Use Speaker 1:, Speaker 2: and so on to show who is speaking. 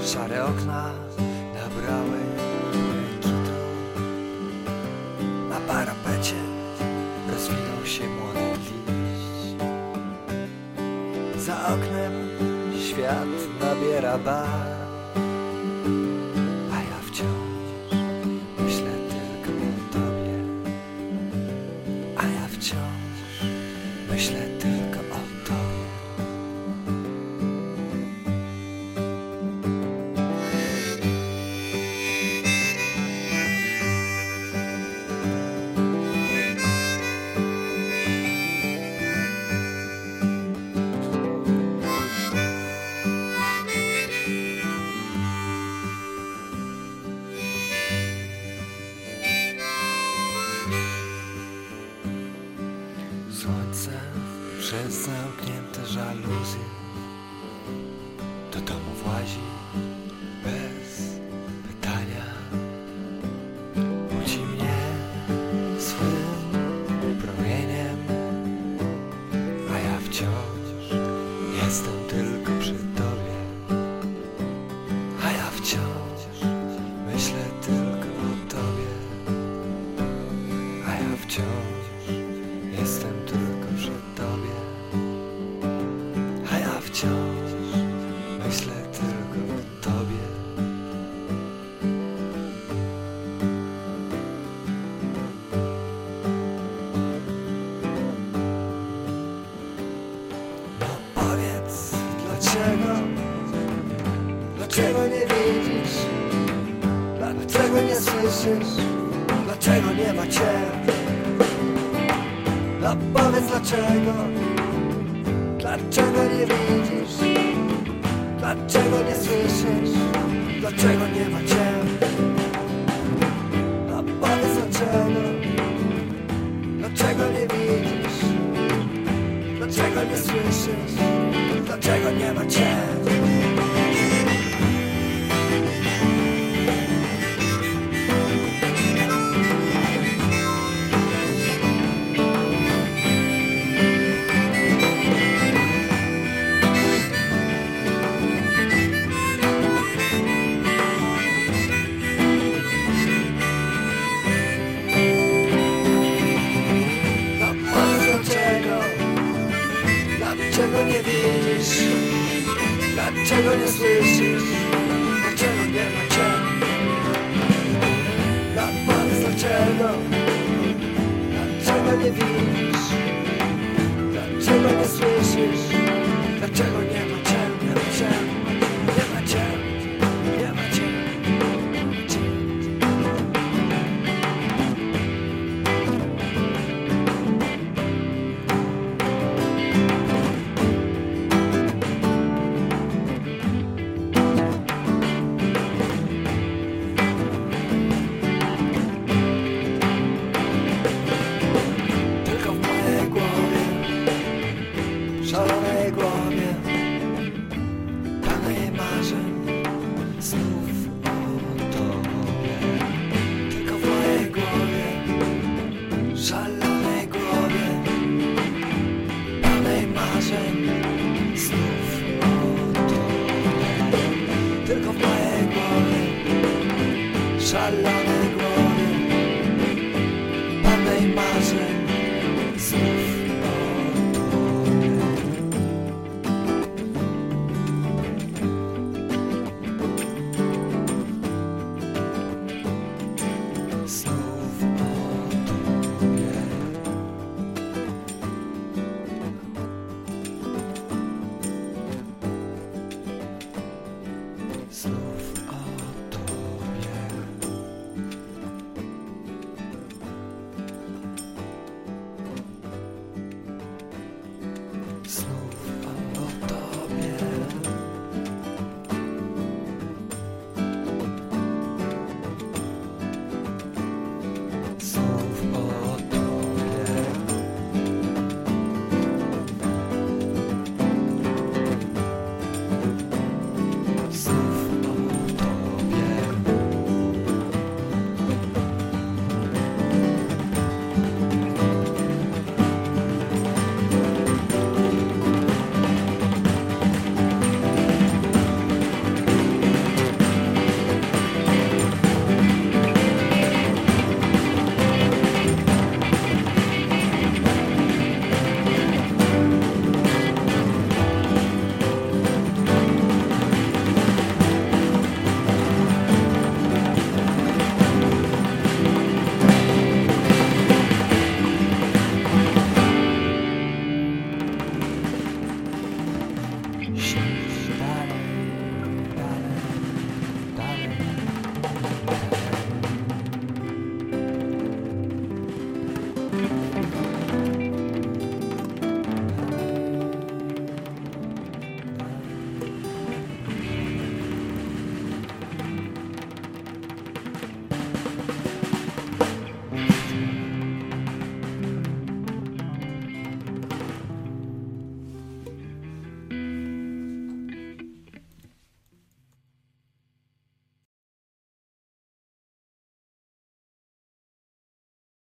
Speaker 1: Szare okna nabrały błękitu. Na parapecie rozwinął się młody liść. Za oknem świat nabiera barw, a ja wciąż myślę tylko o tobie. A ja wciąż myślę tylko o tobie. Słońce przez zamknięte żaluzje do domu włazi bez pytania. Budzi mnie swym promieniem, a ja wciąż jestem tylko przy tobie. A ja wciąż myślę tylko o tobie. A ja wciąż jestem tylko przy tobie. A ja wciąż myślę tylko o tobie. No powiedz, dlaczego nie widzisz? Dlaczego nie słyszysz? Dlaczego nie ma cię? No powiedz dlaczego nie widzisz? Dlaczego nie słyszysz? Dlaczego nie ma cię? No powiedz dlaczego nie widzisz? Dlaczego nie słyszysz? Dlaczego nie ma cię? Dlaczego nie widzisz? Dlaczego nie słyszysz? Dlaczego nie ma cię? No powiedz dlaczego nie widzisz? Dlaczego nie słyszysz? Dlaczego nie ma cię? Nie ma cię, nie ma cię, nie ma cię. Szalonej głowie, pełnej marzeń, snów o tobie. Tylko w mojej głowie, szalonej głowie, pełnej marzeń, snów o tobie. Tylko w mojej głowie, szalonej